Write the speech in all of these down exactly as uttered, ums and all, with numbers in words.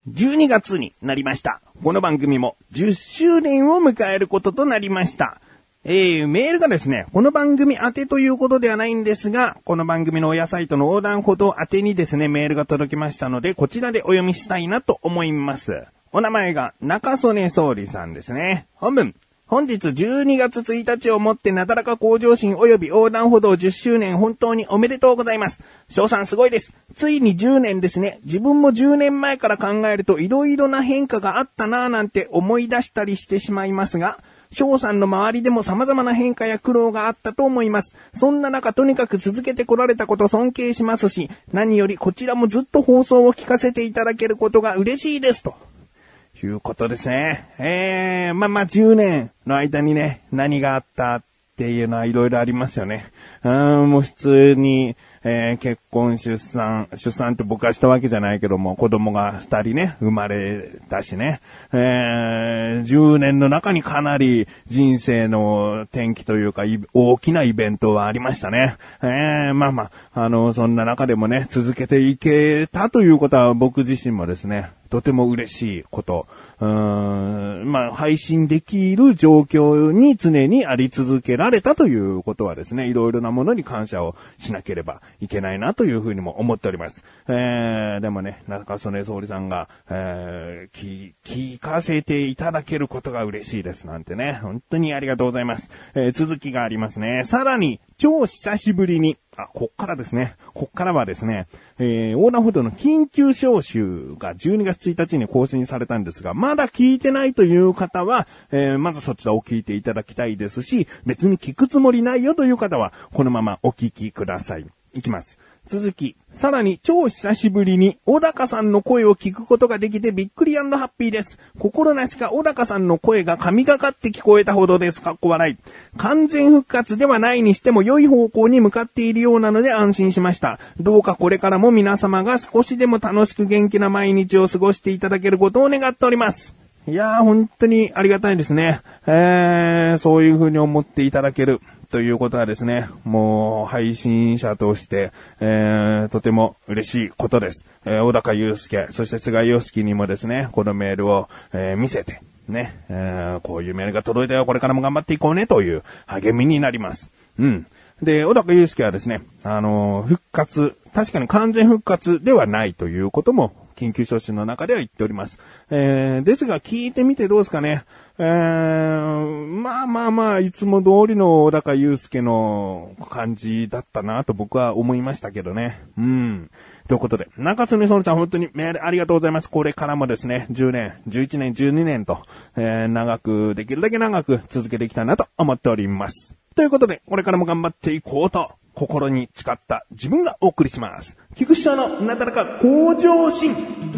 じゅうにがつになりました。この番組もじゅっしゅうねんを迎えることとなりました。えー、メールがですね、この番組宛てということではないんですが、この番組の親サイトの横断歩道宛てにですね、メールが届きましたので、こちらでお読みしたいなと思います。お名前が中曽根総理さんですね。本文。本日じゅうにがつついたちをもってなだらか向上心及び横断歩道じゅっしゅうねん本当におめでとうございます。翔さんすごいです。ついにじゅうねんですね。自分もじゅうねんまえから考えると色々な変化があったなぁなんて思い出したりしてしまいますが、翔さんの周りでも様々な変化や苦労があったと思います。そんな中とにかく続けてこられたこと尊敬しますし、何よりこちらもずっと放送を聞かせていただけることが嬉しいですと。いうことですね。えー、まあまあじゅうねんの間にね、何があったっていうのはいろいろありますよね。うーん、もう普通に、えー、結婚、出産、出産って僕はしたわけじゃないけども、子供が二人ね、生まれたしね。えー、じゅうねんの中にかなり人生の転機というか、大きなイベントはありましたね。えー、まあまあ、あの、そんな中でもね、続けていけたということは僕自身もですね、とても嬉しいこと。うーん、まあ、配信できる状況に常にあり続けられたということはですね、いろいろなものに感謝をしなければいけないなというふうにも思っております。えー、でもね、中曽根総理さんが、えー、聞、聞かせていただけることが嬉しいですなんてね、本当にありがとうございます。えー、続きがありますね。さらに、超久しぶりに、あ、こっからですね。こっからはですね、えー、横断歩道の緊急招集がじゅうにがつついたちに更新されたんですが、まだ聞いてないという方は、えー、まずそちらを聞いていただきたいですし、別に聞くつもりないよという方は、このままお聞きください。いきます。続き、さらに超久しぶりに小高さんの声を聞くことができてびっくり&ハッピーです。心なしか小高さんの声が神がかって聞こえたほどです。かっこ笑い。完全復活ではないにしても良い方向に向かっているようなので安心しました。どうかこれからも皆様が少しでも楽しく元気な毎日を過ごしていただけることを願っております。いやー本当にありがたいですね。えー、そういう風に思っていただける。ということはですね、もう配信者として、えー、とても嬉しいことです。えー、小高祐介、そして菅義樹にもですね、このメールを、えー、見せて、ね、えー、こういうメールが届いたよ、これからも頑張っていこうねという励みになります。うん。で、小高祐介はですね、あのー、復活、確かに完全復活ではないということも、緊急招集の中では言っております。えー、ですが聞いてみてどうですかね。えー、まあまあまあ、いつも通りの小高祐介の感じだったなと僕は思いましたけどね。うん。ということで、中曽根総理さん本当にメールありがとうございます。これからもですね、じゅうねん、じゅういちねん、じゅうにねんと、えー、長く、できるだけ長く続けていきたいなと思っております。ということで、これからも頑張っていこうと、心に誓った自分がお送りします。菊池翔のなだらか向上心。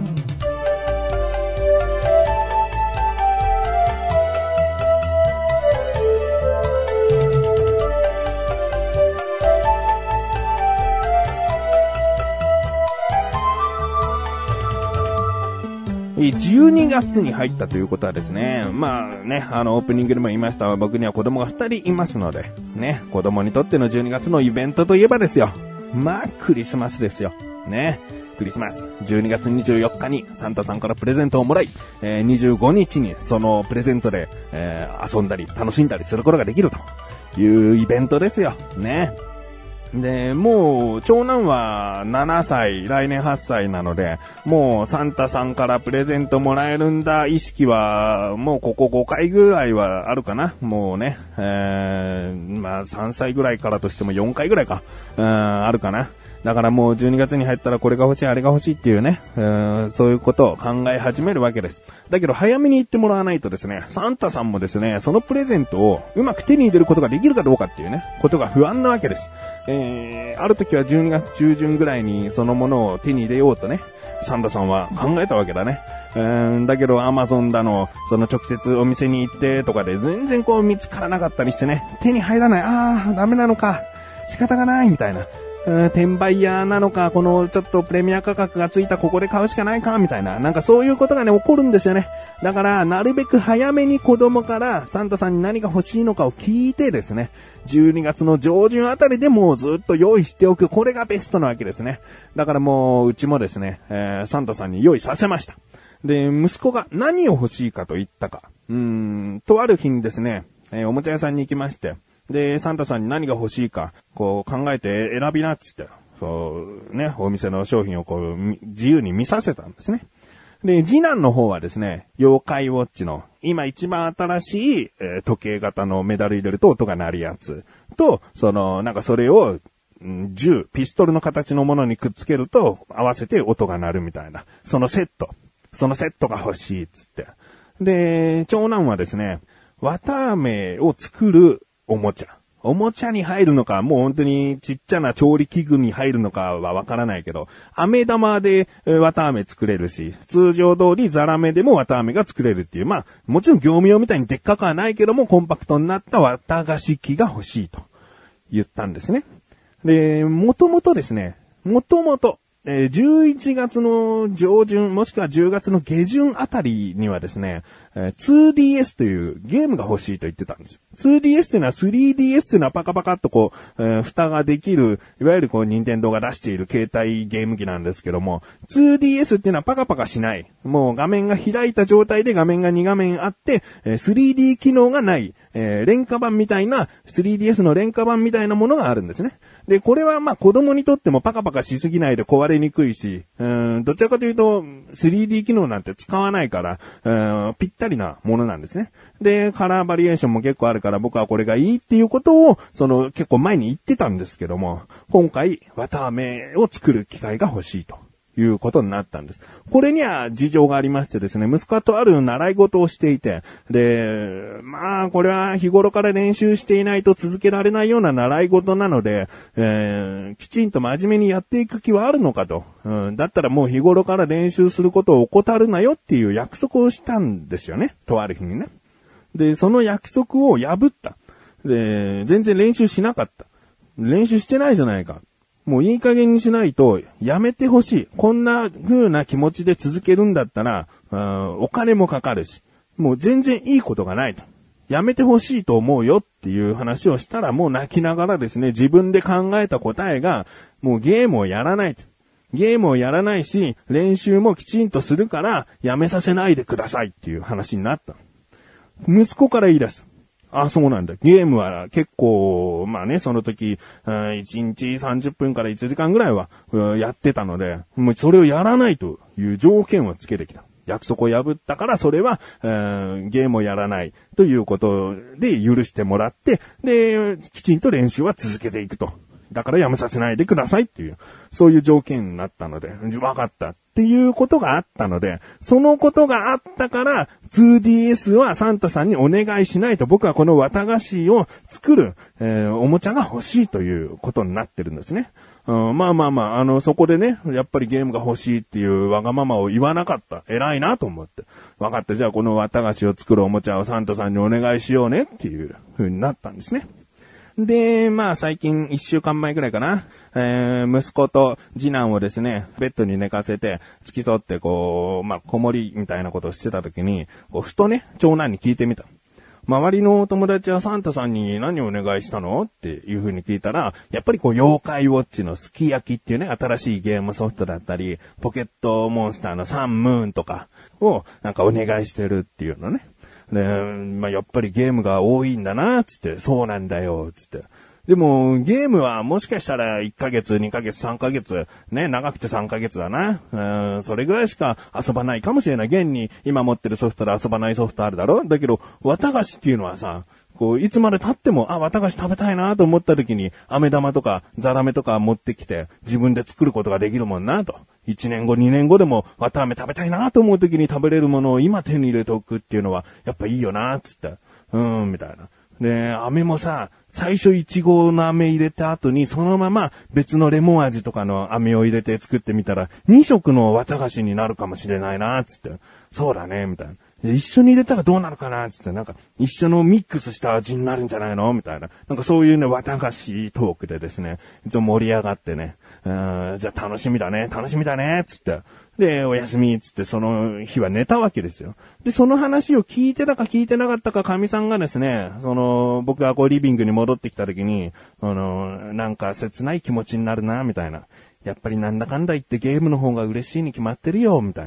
じゅうにがつに入ったということはですね、まあね、あのオープニングでも言いましたが、僕には子供がふたりいますので、ね、子供にとってのじゅうにがつのイベントといえばですよ。まあ、クリスマスですよ。ね。クリスマス。じゅうにがつにじゅうよっかにサンタさんからプレゼントをもらい、えー、にじゅうごにちにそのプレゼントで、えー、遊んだり楽しんだりすることができるというイベントですよ。ね。で、もう、長男はななさい、来年はっさいなので、もうサンタさんからプレゼントもらえるんだ意識は、もうここごかいぐらいはあるかな。もうね、えー、まあさんさいぐらいからとしてもよんかいぐらいか、うん、あるかな。だからもうじゅうにがつに入ったらこれが欲しいあれが欲しいっていうね、うーん、そういうことを考え始めるわけです。だけど早めに言ってもらわないとですね、サンタさんもですね、そのプレゼントをうまく手に入れることができるかどうかっていうね、ことが不安なわけです。えー、ある時はじゅうにがつちゅうじゅんぐらいにそのものを手に入れようとね、サンタさんは考えたわけだね。うーん、だけどアマゾンだの、その直接お店に行ってとかで全然こう見つからなかったりしてね、手に入らない、あー、ダメなのか、仕方がないみたいな。転売屋なのか、このちょっとプレミア価格がついたここで買うしかないかみたいな、なんかそういうことがね起こるんですよね。だからなるべく早めに子供からサンタさんに何が欲しいのかを聞いてですね、じゅうにがつの上旬あたりでもうずっと用意しておく、これがベストなわけですね。だからもううちもですね、えー、サンタさんに用意させました。 で、息子が何を欲しいかと言ったか。うーん、とある日にですね、えー、おもちゃ屋さんに行きまして、で、サンタさんに何が欲しいか、こう考えて選びなっつって、そうね、お店の商品をこう自由に見させたんですね。で、次男の方はですね、妖怪ウォッチの今一番新しい、えー、時計型のメダル入れると音が鳴るやつと、そのなんかそれを銃、ピストルの形のものにくっつけると合わせて音が鳴るみたいな、そのセット、そのセットが欲しいっつって。で、長男はですね、綿飴を作るおもちゃ。おもちゃに入るのか、もう本当にちっちゃな調理器具に入るのかはわからないけど、飴玉で綿飴作れるし、通常通りザラメでも綿飴が作れるっていう、まあ、もちろん業務用みたいにでっかくはないけども、コンパクトになった綿菓子機が欲しいと言ったんですね。で、もともとですね、もともと、えー、じゅういちがつの上旬、もしくはじゅうがつの下旬あたりにはですね、えー、ツーディーエス というゲームが欲しいと言ってたんです。ツーディーエス というのは スリーディーエス というのはパカパカっとこう、えー、蓋ができる、いわゆるこう、任天堂が出している携帯ゲーム機なんですけども、ツーディーエス っていうのはパカパカしない。もう画面が開いた状態で画面がに画面あって、えー、スリーディー 機能がない、えー、廉価版みたいな、スリーディーエス の廉価版みたいなものがあるんですね。で、これはまあ子供にとってもパカパカしすぎないで壊れにくいし、うーん、どちらかというと スリーディー 機能なんて使わないから、うーん、ぴったりなものなんですね。で、カラーバリエーションも結構あるから僕はこれがいいっていうことを、その結構前に言ってたんですけども、今回、綿飴を作る機会が欲しいと。いうことになったんです。これには事情がありましてですね、息子はとある習い事をしていて、で、まあ、これは日頃から練習していないと続けられないような習い事なので、えー、きちんと真面目にやっていく気はあるのかと、うん。だったらもう日頃から練習することを怠るなよっていう約束をしたんですよね。とある日にね。で、その約束を破った。で、全然練習しなかった。練習してないじゃないか。もういい加減にしないとやめてほしい。こんな風な気持ちで続けるんだったら、お金もかかるし、もう全然いいことがないと。やめてほしいと思うよっていう話をしたらもう泣きながらですね、自分で考えた答えが、もうゲームをやらないと。ゲームをやらないし、練習もきちんとするからやめさせないでくださいっていう話になった。息子から言い出す。あ、そうなんだ。ゲームは結構、まあね、その時、いちにちさんじゅっぷんからいちじかんぐらいはやってたので、もうそれをやらないという条件をつけてきた。約束を破ったから、それは、ゲームをやらないということで許してもらって、で、きちんと練習は続けていくと。だからやめさせないでくださいっていう、そういう条件になったので、わかったっていうことがあったので、そのことがあったから、ツーディーエス はサンタさんにお願いしないと、僕はこの綿菓子を作る、えー、おもちゃが欲しいということになってるんですね。うん、まあまあまあ、あの、そこでね、やっぱりゲームが欲しいっていうわがままを言わなかった。偉いなと思って。わかった。じゃあこの綿菓子を作るおもちゃをサンタさんにお願いしようねっていう風になったんですね。で、まあ最近一週間前くらいかな、えー、息子と次男をですね、ベッドに寝かせて、付き添ってこう、まあ子守みたいなことをしてた時に、こうふとね、長男に聞いてみた。周りのお友達はサンタさんに何をお願いしたのっていう風に聞いたら、やっぱりこう妖怪ウォッチのすき焼きっていうね、新しいゲームソフトだったり、ポケットモンスターのサンムーンとかをなんかお願いしてるっていうのね。で、まあ、やっぱりゲームが多いんだな、つって、そうなんだよ、つって。でも、ゲームはもしかしたらいっかげつ、にかげつ、さんかげつ、ね、長くてさんかげつだな。うん、それぐらいしか遊ばないかもしれない。現に今持ってるソフトで遊ばないソフトあるだろ？だけど、綿菓子っていうのはさ、こう、いつまで経っても、あ、綿菓子食べたいなと思った時に、飴玉とかザラメとか持ってきて、自分で作ることができるもんなと。いちねんご、にねんごでも、綿飴食べたいなと思う時に食べれるものを今手に入れておくっていうのは、やっぱいいよな、つって。うーん、みたいな。で、飴もさ、最初イチゴの飴入れた後に、そのまま別のレモン味とかの飴を入れて作ってみたら、に色の綿菓子になるかもしれないな、つって。そうだね、みたいな。一緒に入れたらどうなるかなつって、なんか、一緒のミックスした味になるんじゃないのみたいな。なんかそういうね、綿菓子トークでですね、一応盛り上がってね、うーん、じゃあ楽しみだね、楽しみだね、つって。で、おやすみ、つってその日は寝たわけですよ。で、その話を聞いてたか聞いてなかったか、神さんがですね、その、僕がこうリビングに戻ってきた時に、あの、なんか切ない気持ちになるな、みたいな。やっぱりなんだかんだ言ってゲームの方が嬉しいに決まってるよ、みたいな。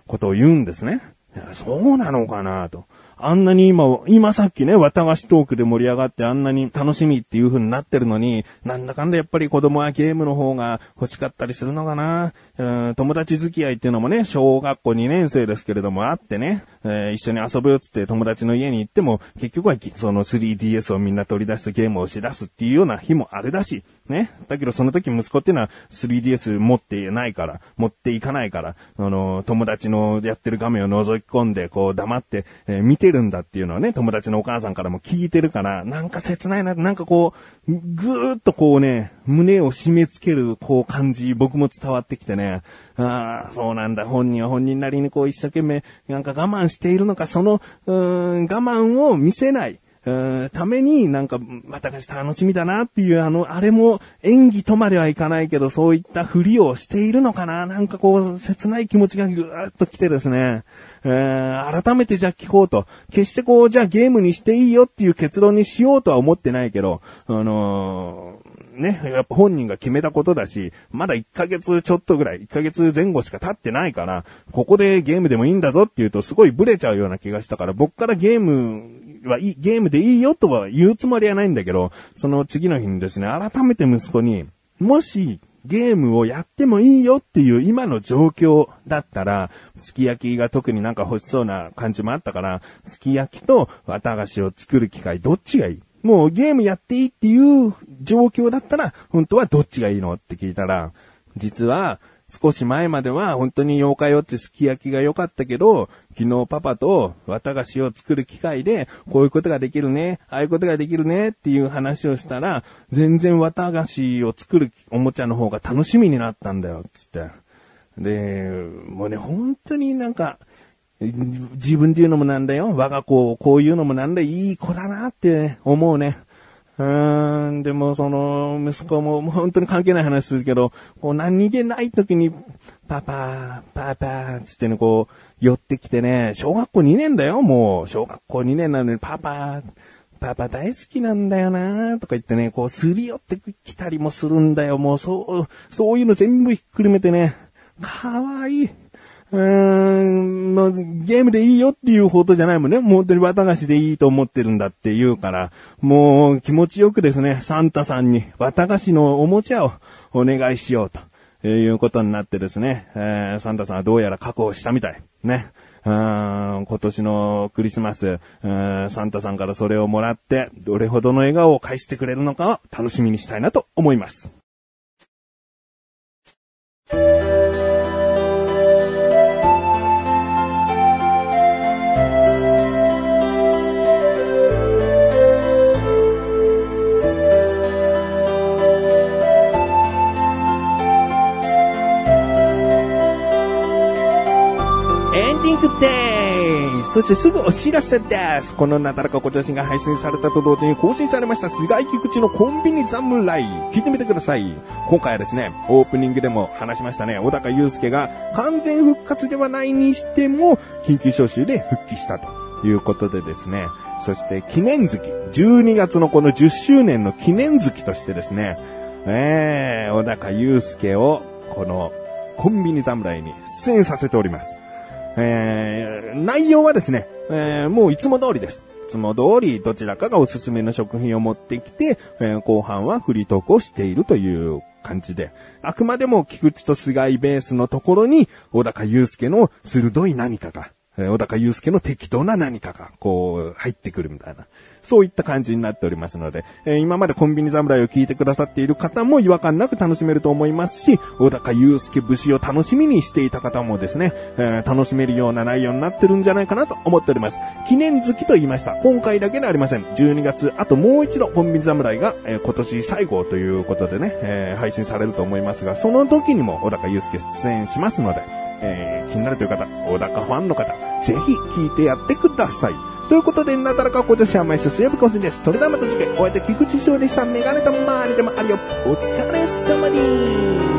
ことを言うんですね。いや、そうなのかなと。あんなに今、今さっきね、綿菓子トークで盛り上がってあんなに楽しみっていう風になってるのに、なんだかんだやっぱり子供はゲームの方が欲しかったりするのかな。うん、友達付き合いっていうのもね、小学校にねん生ですけれどもあってね、えー、一緒に遊ぶよっつって友達の家に行っても、結局はその スリーディーエス をみんな取り出してゲームをし出すっていうような日もあれだし、ね。だけどその時息子っていうのは スリーディーエス 持ってないから、持っていかないから、あの、友達のやってる画面を覗き込んで、こう黙って、えー、見てるんだっていうのはね、友達のお母さんからも聞いてるから、なんか切ないな、なんかこう、ぐーっとこうね、胸を締め付ける、こう感じ、僕も伝わってきてね、ああ、そうなんだ、本人は本人なりにこう一生懸命、なんか我慢しているのか、その、うーん、我慢を見せない。うためになんか私楽しみだなっていうあのあれも演技とまではいかないけどそういったふりをしているのかな、なんかこう切ない気持ちがぐーっと来てですね、えー、改めてじゃあ聞こうと、決してこうじゃあゲームにしていいよっていう結論にしようとは思ってないけど、あのーね、やっぱ本人が決めたことだし、まだいっかげつちょっとぐらい、いっかげつぜん後しか経ってないから、ここでゲームでもいいんだぞっていうとすごいブレちゃうような気がしたから、僕からゲームはいい、ゲームでいいよとは言うつもりはないんだけど、その次の日にですね、改めて息子に、もしゲームをやってもいいよっていう今の状況だったら、すき焼きが特になんか欲しそうな感じもあったから、すき焼きと綿菓子を作る機会どっちがいい？もうゲームやっていいっていう状況だったら、本当はどっちがいいのって聞いたら、実は少し前までは本当に妖怪ウォッチすき焼きが良かったけど、昨日パパと綿菓子を作る機会で、こういうことができるね、ああいうことができるねっていう話をしたら、全然綿菓子を作るおもちゃの方が楽しみになったんだよ、つって。で、もうね、本当になんか、自分で言うのもなんだよ。我が子、こういうのもなんだよ。いい子だなって思うね。うーん、でもその、息子も本当に関係ない話するけど、こう何気ない時に、パパ、パパ、つってね、こう、寄ってきてね、小学校にねんだよ、もう。小学校にねんなのに、パパ、パパ大好きなんだよなとか言ってね、こう、すり寄ってきたりもするんだよ。もう、そう、そういうの全部ひっくるめてね、かわいい。うーん、もうゲームでいいよっていうことじゃないもんね。もう本当に綿菓子でいいと思ってるんだって言うから、もう気持ちよくですね、サンタさんに綿菓子のおもちゃをお願いしようということになってですね、えー、サンタさんはどうやら確保したみたい。ね。うーん、今年のクリスマス、うーん、サンタさんからそれをもらって、どれほどの笑顔を返してくれるのかを楽しみにしたいなと思います。そしてすぐお知らせです。このなだらかご写真が配信されたと同時に更新されました菅井菊池のコンビニ侍。聞いてみてください。今回はですね、オープニングでも話しましたね、小高祐介が完全復活ではないにしても緊急招集で復帰したということでですね、そして記念月、じゅうにがつのこのじゅっしゅうねんの記念月としてですね、えー、小高祐介をこのコンビニ侍に出演させております。えー、内容はですね、えー、もういつも通りです。いつも通りどちらかがおすすめの食品を持ってきて、えー、後半はフリートークをしているという感じで、あくまでも菊池と菅井ベースのところに小高祐介の鋭い何かが、えー、小高祐介の適当な何かがこう入ってくるみたいな、そういった感じになっておりますので、えー、今までコンビニ侍を聞いてくださっている方も違和感なく楽しめると思いますし、小高祐介節を楽しみにしていた方もですね、えー、楽しめるような内容になってるんじゃないかなと思っております。記念月と言いました。今回だけではありません。じゅうにがつ、あともう一度コンビニ侍が、えー、今年最後ということでね、えー、配信されると思いますが、その時にも小高祐介出演しますので、えー、気になるという方、小高ファンの方、ぜひ聞いてやってください。ということで、なだらかご女子は毎週水曜日更新です。それではまた次回、お会いでき菊池勝利さん、メガネたまーにでもあるよ。お疲れ様にー。